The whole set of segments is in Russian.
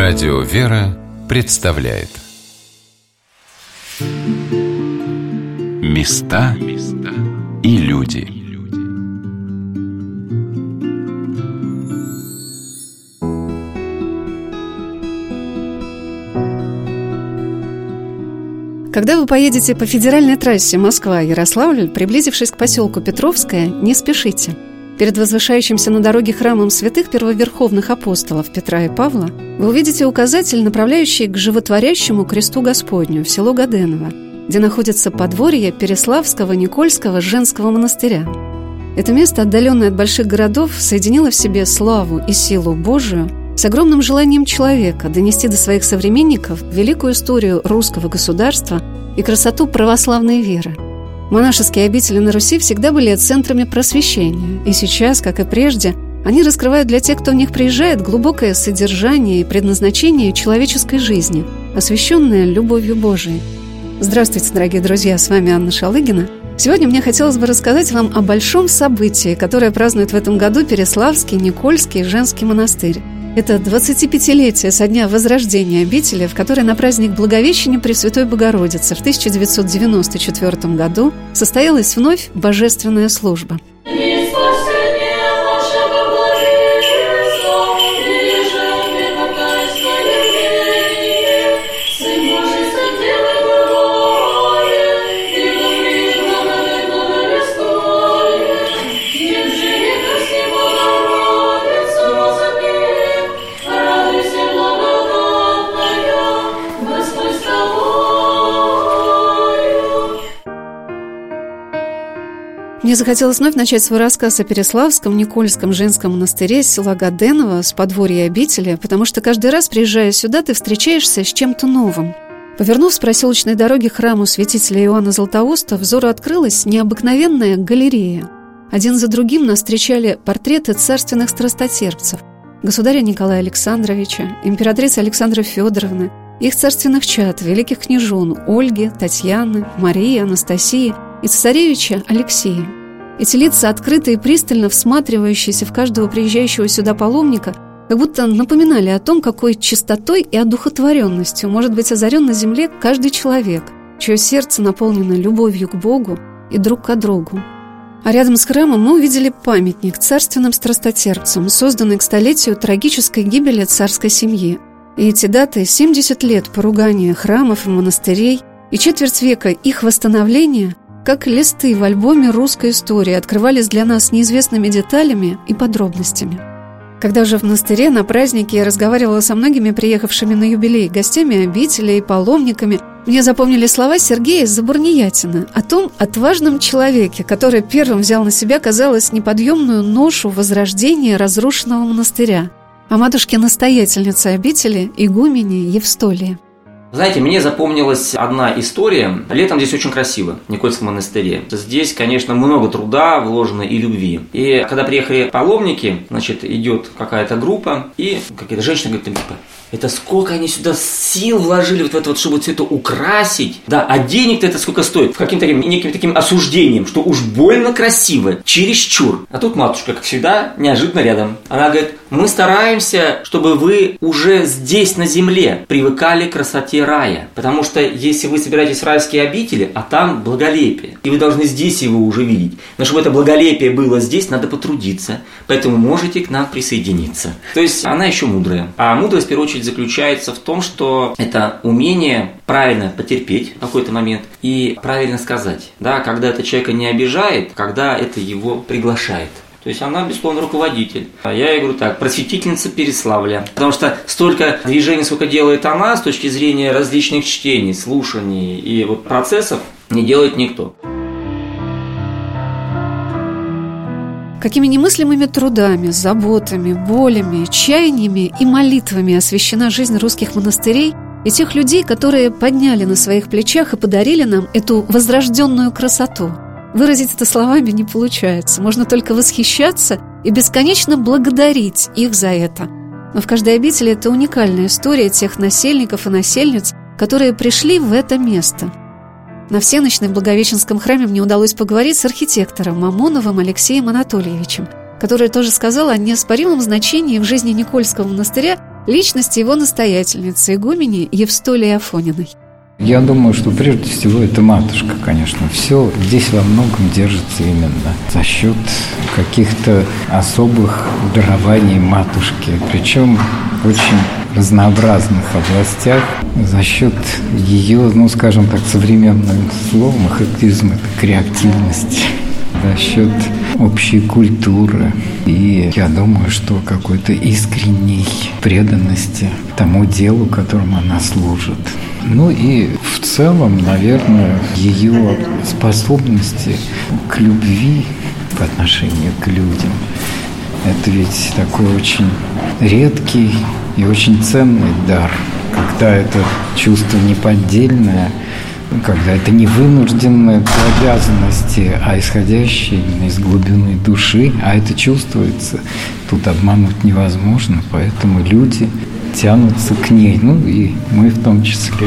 Радио «Вера» представляет Места и люди. Когда вы поедете по федеральной трассе Москва-Ярославль, приблизившись к поселку Петровское, не спешите. Перед возвышающимся на дороге храмом святых первоверховных апостолов Петра и Павла вы увидите указатель, направляющий к животворящему кресту Господню в село Гаденово, где находится подворье Переславского Никольского женского монастыря. Это место, отдаленное от больших городов, соединило в себе славу и силу Божию с огромным желанием человека донести до своих современников великую историю русского государства и красоту православной веры. Монашеские обители на Руси всегда были центрами просвещения, и сейчас, как и прежде, они раскрывают для тех, кто в них приезжает, глубокое содержание и предназначение человеческой жизни, освященное любовью Божией. Здравствуйте, дорогие друзья, с вами Анна Шалыгина. Сегодня мне хотелось бы рассказать вам о большом событии, которое празднует в этом году Переславский Никольский женский монастырь. Это 25-летие со дня возрождения обители, в которой на праздник Благовещения Пресвятой Богородицы в 1994 году состоялась вновь божественная служба. Мне захотелось вновь начать свой рассказ о Переславском Никольском женском монастыре с села Гаденово, с подворья обители, потому что каждый раз, приезжая сюда, ты встречаешься с чем-то новым. Повернув с проселочной дороги к храму святителя Иоанна Златоуста, взору открылась необыкновенная галерея. Один за другим нас встречали портреты царственных страстотерпцев: государя Николая Александровича, императрицы Александры Федоровны, их царственных чад, великих княжон Ольги, Татьяны, Марии, Анастасии и цесаревича Алексея. Эти лица, открыто и пристально всматривающиеся в каждого приезжающего сюда паломника, как будто напоминали о том, какой чистотой и одухотворенностью может быть озарен на земле каждый человек, чье сердце наполнено любовью к Богу и друг к другу. А рядом с храмом мы увидели памятник царственным страстотерпцам, созданный к столетию трагической гибели царской семьи. И эти даты — 70 лет поругания храмов и монастырей и четверть века их восстановления — как листы в альбоме русской истории открывались для нас неизвестными деталями и подробностями. Когда же в монастыре на празднике я разговаривала со многими приехавшими на юбилей гостями обители и паломниками, мне запомнили слова Сергея Забурниятина о том отважном человеке, который первым взял на себя, казалось, неподъемную ношу возрождения разрушенного монастыря, о матушке-настоятельнице обители игумене Евстолии. Знаете, мне запомнилась одна история. Летом здесь очень красиво, в Никольском монастыре. Здесь, конечно, много труда вложено и любви. И когда приехали паломники, значит, идет какая-то группа, и какая-то женщина говорит: это сколько они сюда сил вложили вот в это вот, чтобы все это украсить. Да, а денег-то это сколько стоит? Каким-то неким таким осуждением, что уж больно красиво, чересчур. А тут матушка, как всегда, неожиданно рядом. Она говорит: мы стараемся, чтобы вы уже здесь, на земле, привыкали к красоте рая. Потому что если вы собираетесь в райские обители, а там благолепие, и вы должны здесь его уже видеть. Но чтобы это благолепие было здесь, надо потрудиться. Поэтому можете к нам присоединиться. То есть она еще мудрая. А мудрость, в первую очередь, заключается в том, что это умение правильно потерпеть в какой-то момент и правильно сказать. Да, когда это человека не обижает, когда это его приглашает. То есть она, безусловно, руководитель. А я ей говорю так: просветительница Переславля. Потому что столько движений, сколько делает она, с точки зрения различных чтений, слушаний и вот процессов, не делает никто. Какими немыслимыми трудами, заботами, болями, чаяниями и молитвами освящена жизнь русских монастырей и тех людей, которые подняли на своих плечах и подарили нам эту возрожденную красоту. Выразить это словами не получается. Можно только восхищаться и бесконечно благодарить их за это. Но в каждой обители это уникальная история тех насельников и насельниц, которые пришли в это место. На всеночной в Благовещенском храме мне удалось поговорить с архитектором Мамоновым Алексеем Анатольевичем, который тоже сказал о неоспоримом значении в жизни Никольского монастыря личности его настоятельницы, игумени Евстолии Афониной. Я думаю, что прежде всего это матушка, конечно. Все здесь во многом держится именно за счет каких-то особых дарований матушки. Причем в очень разнообразных областях. За счет ее, скажем так, современным словом, характеризм – это креативность. За счет общей культуры. И я думаю, что какой-то искренней преданности тому делу, которому она служит. И в целом, наверное, ее способности к любви по отношению к людям. Это ведь такой очень редкий и очень ценный дар, когда это чувство неподдельное, когда это не вынужденное по обязанности, а исходящее именно из глубины души, а это чувствуется, тут обмануть невозможно, поэтому люди тянутся к ней, и мы в том числе.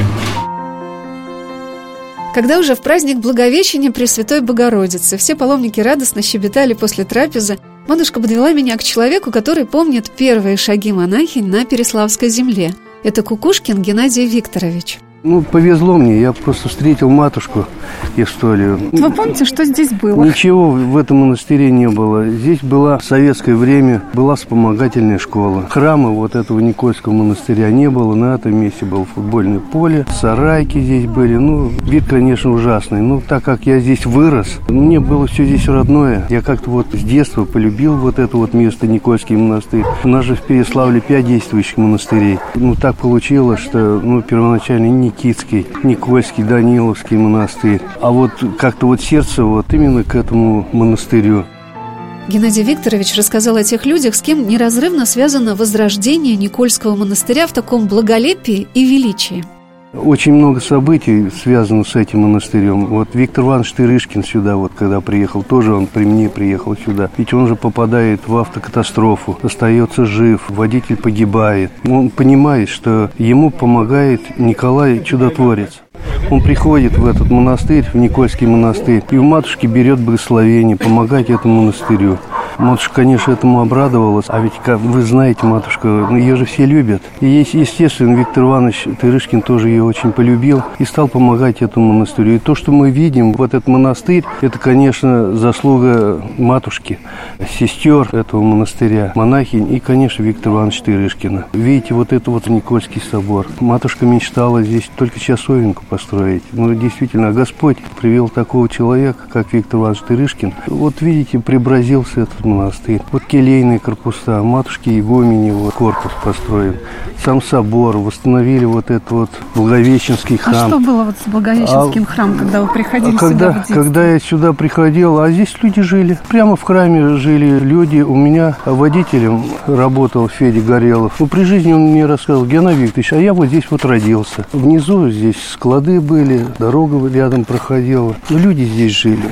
Когда уже в праздник Благовещения Пресвятой Богородицы все паломники радостно щебетали после трапезы, матушка подвела меня к человеку, который помнит первые шаги монахинь на Переславской земле. Это Кукушкин Геннадий Викторович. Повезло мне, я просто встретил матушку Евстолию. Вы помните, что здесь было? Ничего в этом монастыре не было. Здесь была в советское время, была вспомогательная школа. Храма этого Никольского монастыря не было. На этом месте было футбольное поле, сарайки здесь были. Вид, конечно, ужасный. Но так как я здесь вырос, мне было все здесь родное. Я как-то с детства полюбил это место, Никольский монастырь. У нас же в Переславле 5 действующих монастырей. Так получилось, что первоначально Никитский, Никольский, Даниловский монастырь. А как-то сердце именно к этому монастырю. Геннадий Викторович рассказал о тех людях, с кем неразрывно связано возрождение Никольского монастыря в таком благолепии и величии. Очень много событий связано с этим монастырем. Виктор Иванович Тырышкин сюда, когда приехал, тоже он при мне приехал сюда. Ведь он же попадает в автокатастрофу, остается жив, водитель погибает. Он понимает, что ему помогает Николай Чудотворец. Он приходит в этот монастырь, в Никольский монастырь, и у матушки берет благословение помогать этому монастырю. Матушка, конечно, этому обрадовалась. А ведь, как вы знаете, матушка, ее же все любят. И, естественно, Виктор Иванович Тырышкин тоже ее очень полюбил и стал помогать этому монастырю. И то, что мы видим, этот монастырь, это, конечно, заслуга матушки, сестер этого монастыря, монахинь и, конечно, Виктора Ивановича Тырышкина. Видите, это Никольский собор. Матушка мечтала здесь только часовенку построить. Действительно, Господь привел такого человека, как Виктор Иванович Тырышкин. Видите, преобразился этот монастырь. Келейные корпуса, матушки игумени, корпус построен. Сам собор, восстановили этот Благовещенский храм. А что было с Благовещенским храмом, когда вы приходили сюда в детстве? Когда я сюда приходил, а здесь люди жили. Прямо в храме жили люди. У меня водителем работал Федя Горелов. При жизни он мне рассказал: Геннадий Викторович, а я здесь родился. Внизу здесь склады были, дорога рядом проходила. Люди здесь жили.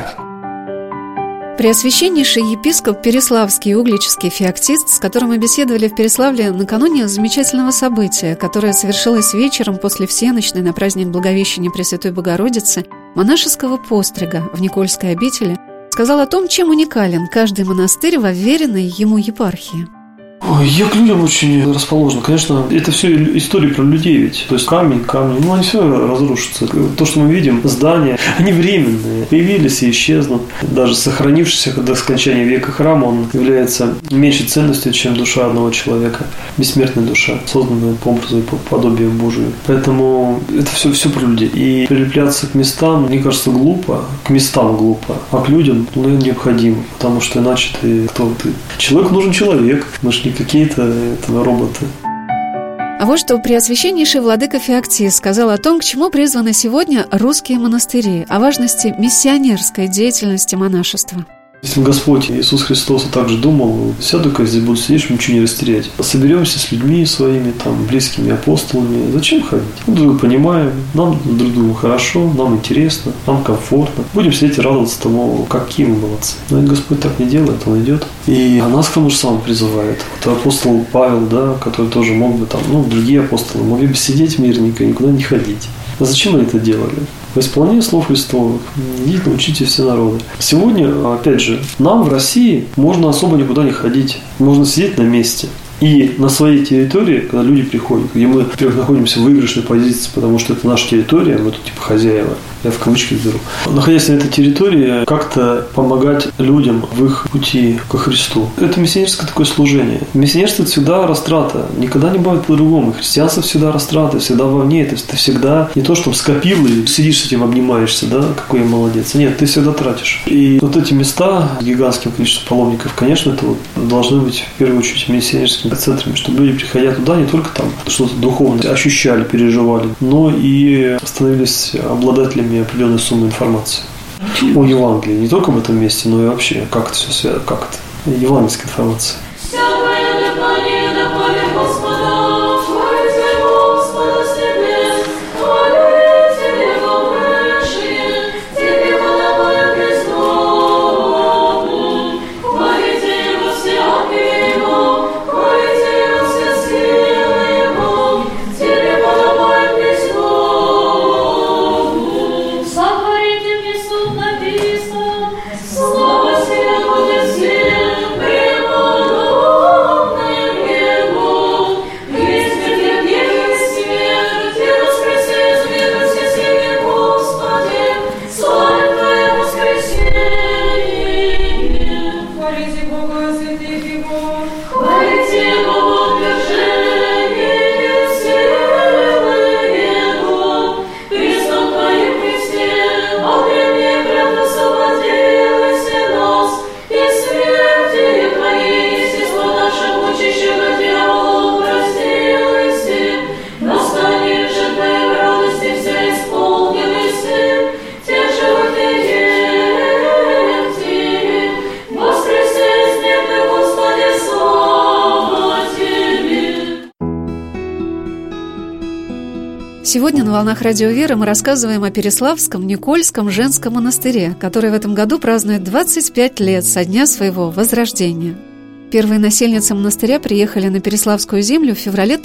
Преосвященнейший епископ Переславский и Угличский феоктист, с которым мы беседовали в Переславле накануне замечательного события, которое совершилось вечером после всенощной на праздник Благовещения Пресвятой Богородицы, монашеского пострига в Никольской обители, сказал о том, чем уникален каждый монастырь во вверенной ему епархии. Я к людям очень расположен. Конечно, это все истории про людей ведь. То есть камни, они все разрушатся. То, что мы видим, здания, они временные. Появились и исчезнут. Даже сохранившийся до скончания века храм, он является меньшей ценностью, чем душа одного человека. Бессмертная душа, созданная по образу и по подобию Божию. Поэтому это все про людей. И прилепляться к местам, мне кажется, глупо. К местам глупо. А к людям, необходимо. Потому что иначе кто ты? Человеку нужен человек. Мы же не какие-то роботы. А вот что Преосвященнейший владыка Феоктист сказал о том, к чему призваны сегодня русские монастыри, о важности миссионерской деятельности монашества. Если Господь Иисус Христос также думал: сяду-ка здесь, буду сидеть, чтобы ничего не растерять. Соберемся с людьми своими, близкими апостолами. Зачем ходить? Мы друг друга понимаем, нам друг другу хорошо, нам интересно, нам комфортно. Будем сидеть и радоваться тому, какие мы молодцы. Но Господь так не делает, Он идет. И нас к тому же самому призывает. Апостол Павел, который тоже мог бы другие апостолы, могли бы сидеть мирненько, никуда не ходить. А зачем они это делали? Во исполнении слов Христовых: идите, научите все народы. Сегодня, опять же, нам в России можно особо никуда не ходить. Можно сидеть на месте. И на своей территории, когда люди приходят, где мы, во-первых, находимся в выигрышной позиции, потому что это наша территория, мы тут типа хозяева, я в кавычки беру. Находясь на этой территории, как-то помогать людям в их пути ко Христу. Это миссионерское такое служение. Миссионерство – это всегда растрата. Никогда не бывает по-другому. Христианство всегда растрата, всегда вовне. То есть ты всегда не то, что скопил и сидишь с этим, обнимаешься, да, какой я молодец. Нет, ты всегда тратишь. И вот эти места с гигантским количеством паломников, конечно, это вот должны быть в первую очередь миссионерскими центрами, чтобы люди, приходя туда, не только там что-то духовное ощущали, переживали, но и становились обладателями определенной суммы информации о Евангелии. Не только в этом месте, но и вообще, как это все связано, как это евангельская информация. Сегодня на «Волнах Радио Веры» мы рассказываем о Переславском Никольском женском монастыре, который в этом году празднует 25 лет со дня своего возрождения. Первые насельницы монастыря приехали на Переславскую землю в феврале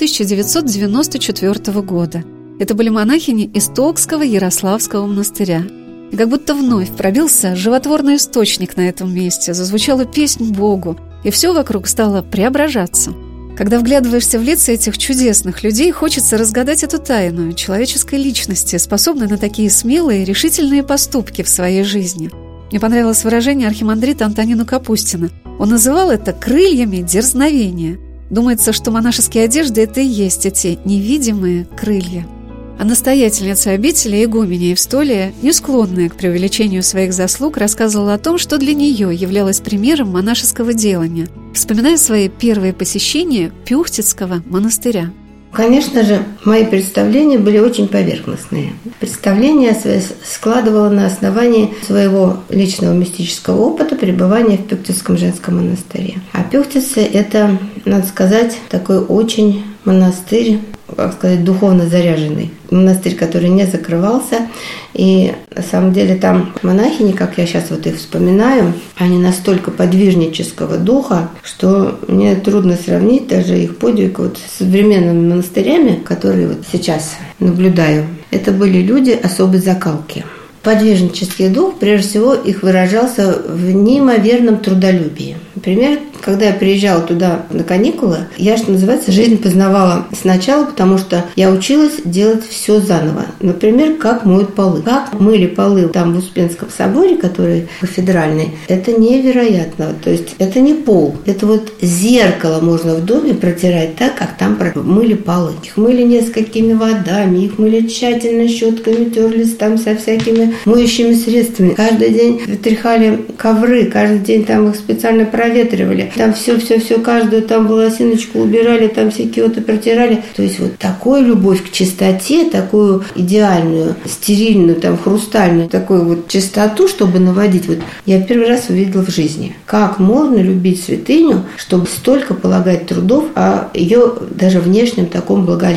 1994 года. Это были монахини из Токского Ярославского монастыря. И как будто вновь пробился животворный источник на этом месте, зазвучала песнь Богу, и все вокруг стало преображаться. Когда вглядываешься в лица этих чудесных людей, хочется разгадать эту тайну человеческой личности, способной на такие смелые и решительные поступки в своей жизни. Мне понравилось выражение архимандрита Антонина Капустина. Он называл это «крыльями дерзновения». Думается, что монашеские одежды – это и есть эти невидимые крылья. А настоятельница обители игуменя Евстолия, не склонная к преувеличению своих заслуг, рассказывала о том, что для нее являлось примером монашеского делания, вспоминая свои первые посещения Пюхтицкого монастыря. Конечно же, мои представления были очень поверхностные. Представления складывала на основании своего личного мистического опыта пребывания в Пюхтицком женском монастыре. А Пюхтицы – это, надо сказать, такой очень монастырь, как сказать, духовно заряженный. Монастырь, который не закрывался. И на самом деле там монахини, как я сейчас вот их вспоминаю, они настолько подвижнического духа, что мне трудно сравнить даже их подвиг вот с современными монастырями, которые вот сейчас наблюдаю. Это были люди особой закалки. Подвижнический дух, прежде всего, их выражался в неимоверном трудолюбии. Например, когда я приезжала туда на каникулы, я, что называется, жизнь познавала сначала, потому что я училась делать все заново. Например, как моют полы. Как мыли полы там в Успенском соборе, который кафедральный, это невероятно. То есть это не пол, это вот зеркало можно в доме протирать так, как там мыли полы. Их мыли несколькими водами, их мыли тщательно щетками, терлись там со всякими моющими средствами. Каждый день вытряхали ковры, каждый день там их специально проветривали. Там все, каждую там волосиночку убирали, там всякие вот протирали. То есть вот такую любовь к чистоте, такую идеальную, стерильную, там хрустальную, такую вот чистоту, чтобы наводить. Вот я первый раз увидела в жизни. Как можно любить святыню, чтобы столько полагать трудов о ее даже внешнем таком благолепии.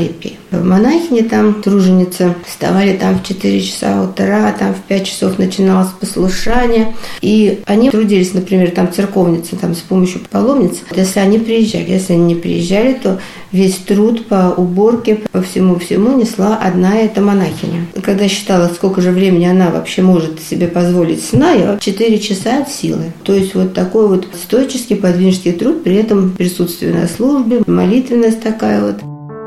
Монахини там, труженицы, вставали там в 4 часа утра, там в 5 часов начиналось послушание. И они трудились, например, там церковницы, там с помощью паломниц. Если они приезжали, если они не приезжали, то весь труд по уборке, по всему несла одна эта монахиня. Когда считала, сколько же времени она вообще может себе позволить сна, я 4 часа от силы. То есть вот такой вот стоический, подвижный труд, при этом присутствие на службе, молитвенность такая вот.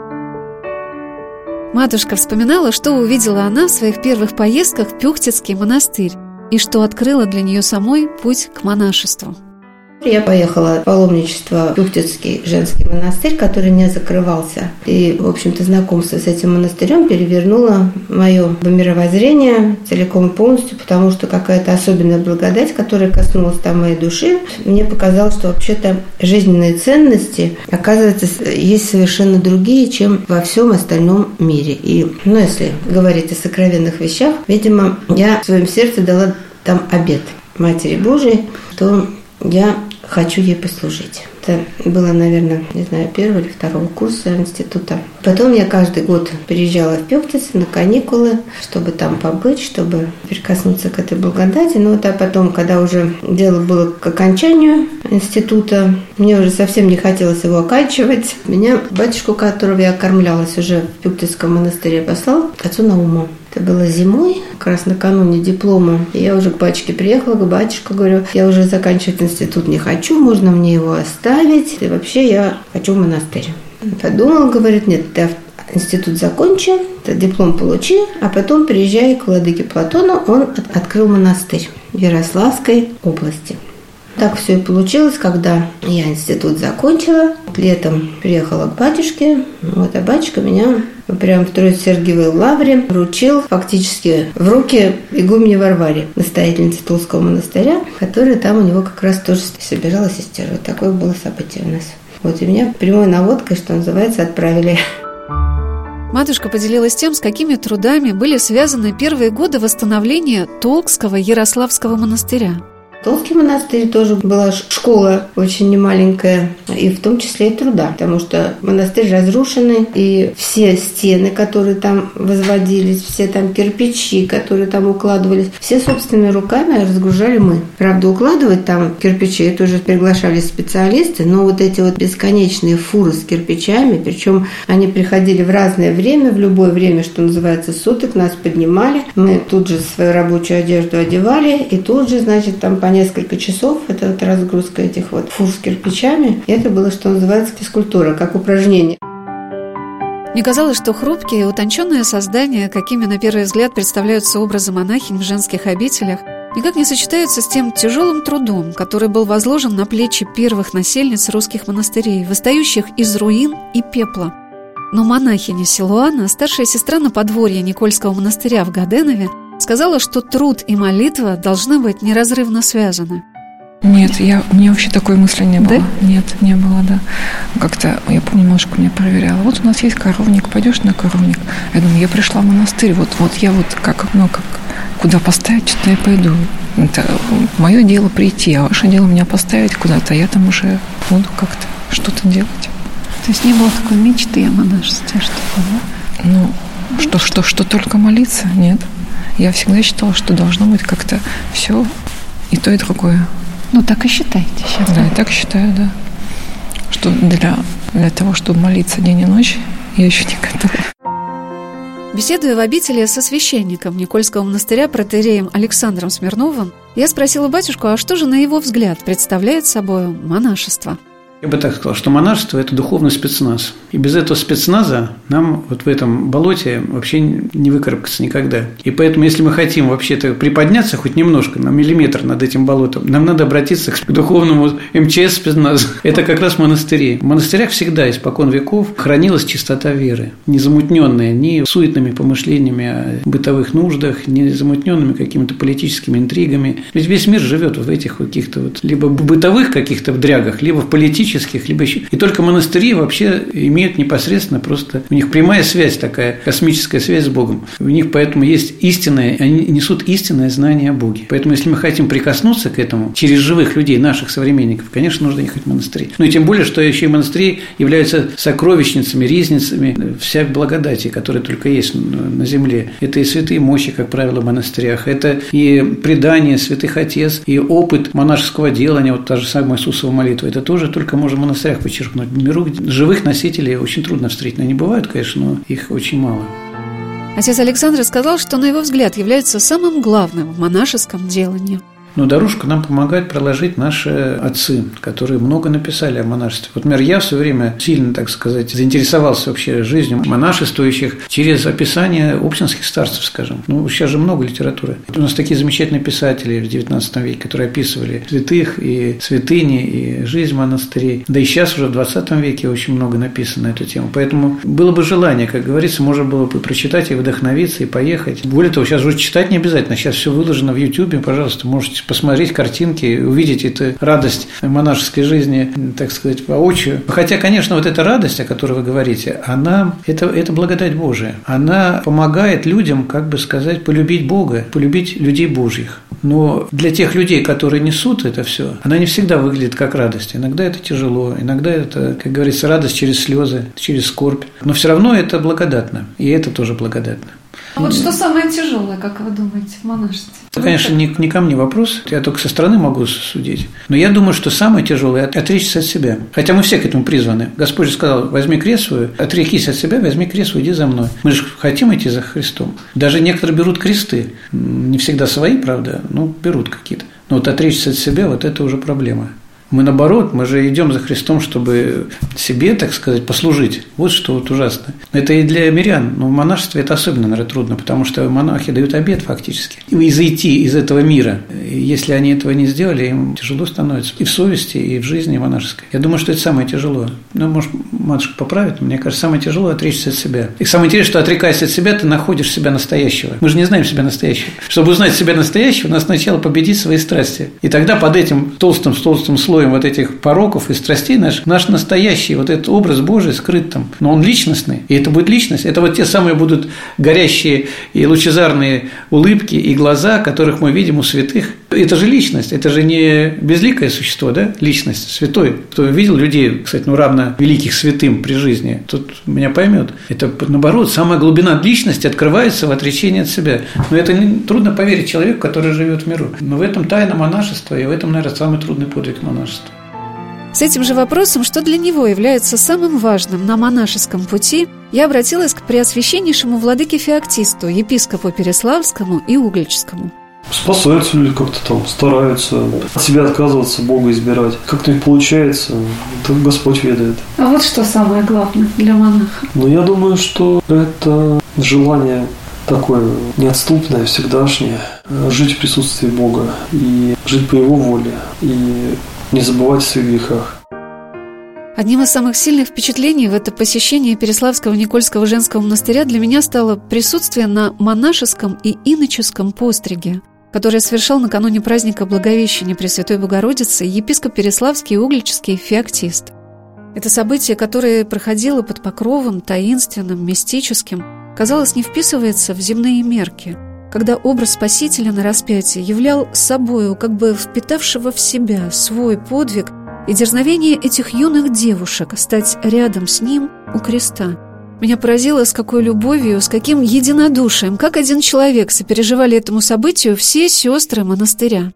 Матушка вспоминала, что увидела она в своих первых поездках в Пюхтицкий монастырь и что открыло для нее самой путь к монашеству. Я поехала в паломничество в Пюхтицкий женский монастырь, который не закрывался. И, в общем-то, знакомство с этим монастырем перевернуло мое мировоззрение целиком и полностью, потому что какая-то особенная благодать, которая коснулась там моей души, мне показалось, что вообще-то жизненные ценности, оказывается, есть совершенно другие, чем во всем остальном мире. И, если говорить о сокровенных вещах, видимо, я в своем сердце дала там обет Матери Божией, что я хочу ей послужить. Это было, наверное, не знаю, 1-го или 2-го курса института. Потом я каждый год приезжала в Пюхтиц на каникулы, чтобы там побыть, чтобы прикоснуться к этой благодати. А потом, когда уже дело было к окончанию института, мне уже совсем не хотелось его оканчивать. Меня батюшку, которого я кормлялась уже в Пюхтицком монастыре, послал к отцу Науму. Это было зимой, как раз накануне диплома. И я уже к батюшке приехала, к батюшке говорю, я уже заканчивать институт не хочу, можно мне его оставить. И вообще я хочу в монастырь. Подумал, говорит, нет, ты институт закончи, ты диплом получи, а потом приезжай к владыке Платону. Он открыл монастырь в Ярославской области. Так все и получилось, когда я институт закончила. Летом приехала к батюшке, а батюшка меня прямо в Троице-Сергиевой лавре вручил фактически в руки игумене Варваре, настоятельнице Тулского монастыря, которая там у него как раз тоже собирала сестер. Вот такое было событие у нас. И меня прямой наводкой, что называется, отправили. Матушка поделилась тем, с какими трудами были связаны первые годы восстановления Толкского Ярославского монастыря. Толский монастырь тоже была школа очень немаленькая, и в том числе и труда, потому что монастырь разрушенный, и все стены, которые там возводились, все там кирпичи, которые там укладывались, все собственными руками разгружали мы. Правда, укладывать там кирпичи, это уже приглашали специалисты, но вот эти вот бесконечные фуры с кирпичами, причем они приходили в разное время, в любое время, что называется, суток, нас поднимали, мы тут же свою рабочую одежду одевали, и тут же, значит, там по несколько часов, это вот разгрузка этих вот фур с кирпичами, и это было, что называется, физкультура, как упражнение. Мне казалось, что хрупкие и утонченные создания, какими на первый взгляд представляются образы монахинь в женских обителях, никак не сочетаются с тем тяжелым трудом, который был возложен на плечи первых насельниц русских монастырей, восстающих из руин и пепла. Но монахиня Силуана, старшая сестра на подворье Никольского монастыря в Гаденове, сказала, что труд и молитва должны быть неразрывно связаны. Нет, у меня вообще такой мысли не было. Да? Нет, не было, да. Как-то, я помню, немножко меня проверяла. Вот у нас есть коровник, пойдешь на коровник? Я думаю, я пришла в монастырь, вот я вот как куда поставить, что я пойду. Это мое дело прийти, а ваше дело меня поставить куда-то, а я там уже буду как-то что-то делать. То есть не было такой мечты о монашестве, что-то, да? Что только молиться? Нет. Я всегда считала, что должно быть как-то все и то, и другое. Так и считаете сейчас. Да, я так считаю, да. Что для того, чтобы молиться день и ночь, я еще не готова. Беседуя в обители со священником Никольского монастыря протоиереем Александром Смирновым, я спросила батюшку, а что же, на его взгляд, представляет собой монашество? Я бы так сказал, что монашество – это духовный спецназ. И без этого спецназа нам вот в этом болоте вообще не выкарабкаться никогда. И поэтому, если мы хотим вообще-то приподняться хоть немножко, на миллиметр над этим болотом, нам надо обратиться к духовному МЧС спецназу. Это как раз монастыри. В монастырях всегда, испокон веков, хранилась чистота веры, не замутненная ни суетными помышлениями о бытовых нуждах, не замутненными какими-то политическими интригами. Ведь весь мир живет в этих каких-то вот либо бытовых каких-то дрягах, либо в политических, космических, либо еще. И только монастыри вообще имеют непосредственно просто, у них прямая связь такая, космическая связь с Богом. У них поэтому есть истинное, они несут истинное знание о Боге. Поэтому, если мы хотим прикоснуться к этому через живых людей, наших современников, конечно, нужно ехать в монастыри. Ну и тем более, что еще и монастыри являются сокровищницами, ризницами всех благодати, которые только есть на земле. Это и святые мощи, как правило, в монастырях, это и предание святых отец, и опыт монашеского делания, вот та же самая Иисусова молитва, это тоже только можно в монастырях подчеркнуть. В миру живых носителей очень трудно встретить. Они бывают, конечно, но их очень мало. Отец Александр сказал, что, на его взгляд, является самым главным в монашеском делании. Но дорожку нам помогают проложить наши отцы, которые много написали о монашестве. Вот, например, я в свое время сильно, так сказать, заинтересовался вообще жизнью монашествующих через описание оптинских старцев, скажем. Ну, сейчас же много литературы. У нас такие замечательные писатели в XIX веке, которые описывали святых и святыни, и жизнь монастырей. Да и сейчас уже в XX веке очень много написано на эту тему. Поэтому было бы желание, как говорится, можно было бы прочитать и вдохновиться, и поехать. Более того, сейчас уже читать не обязательно. Сейчас все выложено в YouTube, пожалуйста, можете посмотреть картинки, увидеть эту радость монашеской жизни, так сказать, воочию. Хотя, конечно, вот эта радость, о которой вы говорите, она – это благодать Божия. Она помогает людям, как бы сказать, полюбить Бога, полюбить людей Божьих. Но для тех людей, которые несут это все, она не всегда выглядит как радость. Иногда это тяжело, иногда это, как говорится, радость через слезы, через скорбь. Но все равно это благодатно, и это тоже благодатно. А вот что самое тяжелое, как вы думаете, в монашестве? Это, конечно, не ко мне вопрос, я только со стороны могу судить. Но я думаю, что самое тяжелое – отречься от себя. Хотя мы все к этому призваны. Господь же сказал: возьми крест свой, отрекись от себя, возьми крест свой, иди за мной. Мы же хотим идти за Христом. Даже некоторые берут кресты, не всегда свои, правда, но берут какие-то. Но вот отречься от себя – вот это уже проблема. Мы, наоборот, мы же идем за Христом, чтобы себе, так сказать, послужить. Вот что вот ужасно. Это и для мирян, но в монашестве это особенно, наверное, трудно, потому что монахи дают обет фактически. И зайти из этого мира. И если они этого не сделали, им тяжело становится и в совести, и в жизни монашеской. Я думаю, что это самое тяжело. Ну, может, матушка поправит, мне кажется, самое тяжело – отречься от себя. И самое интересное, что, отрекаясь от себя, ты находишь себя настоящего. Мы же не знаем себя настоящего. Чтобы узнать себя настоящего, надо сначала победить свои страсти. И тогда под этим толстым слоем вот этих пороков и страстей наш настоящий вот этот образ Божий скрыт там. Но он личностный, и это будет личность. Это вот те самые будут горящие и лучезарные улыбки и глаза, которых мы видим у святых. Это же личность, это же не безликое существо, да? Личность, святой. Кто видел людей, кстати, равно великих святым при жизни, тот меня поймет. Это, наоборот, самая глубина личности открывается в отречении от себя. Но это трудно поверить человеку, который живет в миру. Но в этом тайна монашества, и в этом, наверное, самый трудный подвиг монашества. С этим же вопросом, что для него является самым важным на монашеском пути, я обратилась к преосвященнейшему владыке Феоктисту, епископу Переславскому и Угличскому. Спасаются люди как-то там, стараются от себя отказываться, Бога избирать. Как-то не получается, это Господь ведает. А вот что самое главное для монаха? Ну, я думаю, что это желание такое неотступное, всегдашнее, жить в присутствии Бога и жить по Его воле, и не забывать о своих грехах. Одним из самых сильных впечатлений в это посещение Переславского Никольского женского монастыря для меня стало присутствие на монашеском и иноческом постриге, которое совершал накануне праздника Благовещения Пресвятой Богородицы епископ Переславский и Угличский Феоктист. Это событие, которое проходило под покровом таинственным, мистическим, казалось, не вписывается в земные мерки, когда образ Спасителя на распятии являл собою, как бы впитавшего в себя свой подвиг и дерзновение этих юных девушек стать рядом с ним у креста. Меня поразило, с какой любовью, с каким единодушием, как один человек сопереживали этому событию все сестры монастыря.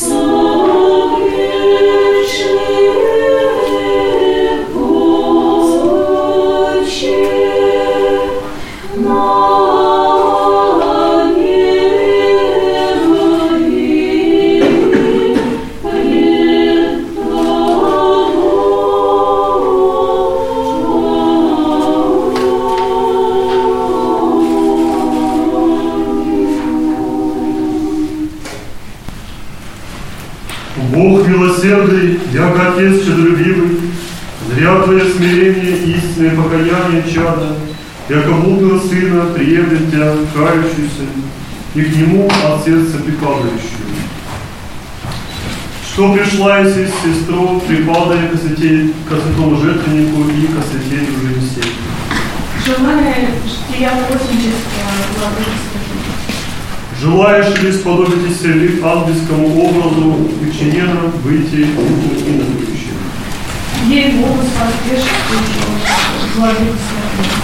Бог милосердный, яко Отец чадолюбивый, зря Твое смирение, истинное покаяние чада, яко мудрого Сына приемлет Тебя, кающийся, и к Нему от сердца прикладывающего. что пришла из сестру, припадая к святому жертвеннику и ко святей уже Моисею. Желание жития плотнического владычества. Желаешь ли сподобитесь ли ангельскому образу Икченена выйти и на будущее? Ей Богу сподвижет владычество.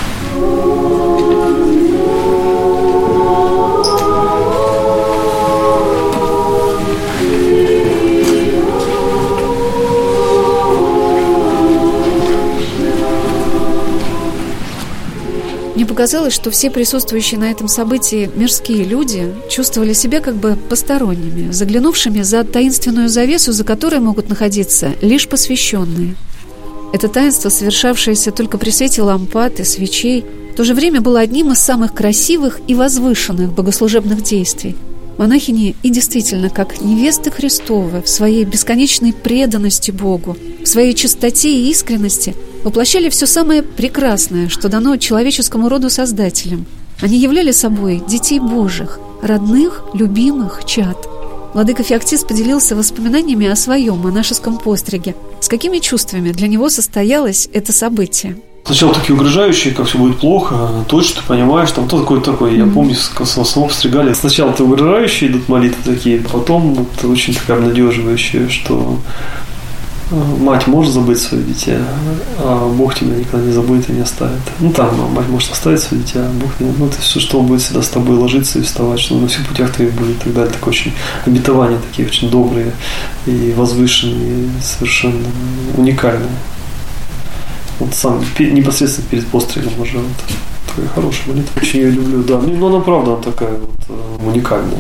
Мне показалось, что все присутствующие на этом событии мирские люди чувствовали себя как бы посторонними, заглянувшими за таинственную завесу, за которой могут находиться лишь посвященные. Это таинство, совершавшееся только при свете лампад и свечей, в то же время было одним из самых красивых и возвышенных богослужебных действий. Монахини и действительно, как невесты Христовы, в своей бесконечной преданности Богу, в своей чистоте и искренности воплощали все самое прекрасное, что дано человеческому роду Создателем. Они являли собой детей Божьих, родных, любимых, чад. Владыка Феоктист поделился воспоминаниями о своем монашеском постриге. С какими чувствами для него состоялось это событие? Сначала такие угрожающие, как все будет плохо, точно ты понимаешь, там кто такой, я помню, самого постригали. Сначала ты угрожающие идут молитвы такие, потом вот очень такая обнадеживающая, что мать может забыть свое дитя, а Бог тебя никогда не забудет и не оставит. Мать может оставить свое дитя, а Бог не... это все, что Он будет всегда с тобой ложиться и вставать, что на всех путях твоих будет и так далее. Такое очень обетования такие очень добрые и возвышенные, совершенно уникальные. Вот сам непосредственно перед постригом уже такая хорошая молитва. Очень ее люблю, да. Но она правда такая уникальная.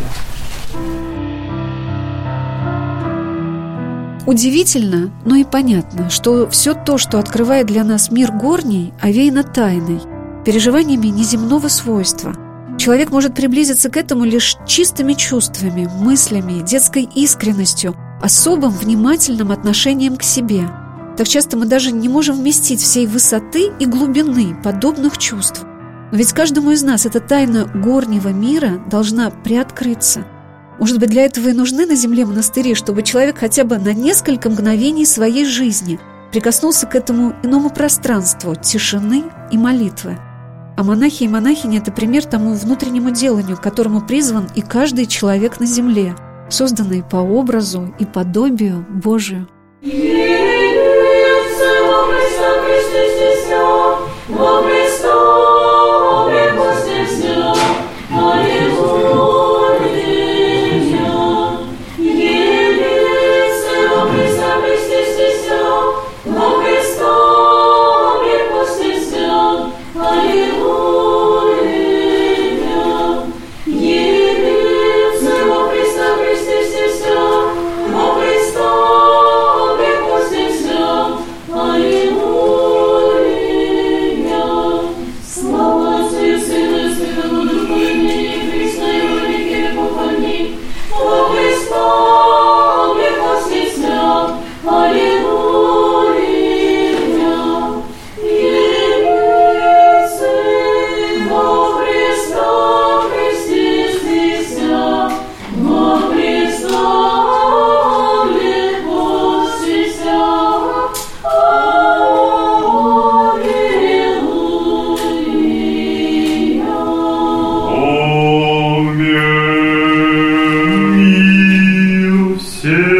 Удивительно, но и понятно, что все то, что открывает для нас мир горний, овеяно тайной, переживаниями неземного свойства. Человек может приблизиться к этому лишь чистыми чувствами, мыслями, детской искренностью, особым внимательным отношением к себе. Так часто мы даже не можем вместить всей высоты и глубины подобных чувств. Но ведь каждому из нас эта тайна горнего мира должна приоткрыться. Может быть, для этого и нужны на земле монастыри, чтобы человек хотя бы на несколько мгновений своей жизни прикоснулся к этому иному пространству тишины и молитвы. А монахи и монахини – это пример тому внутреннему деланию, к которому призван и каждый человек на земле, созданный по образу и подобию Божию.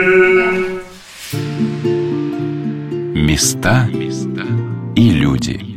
Места и люди.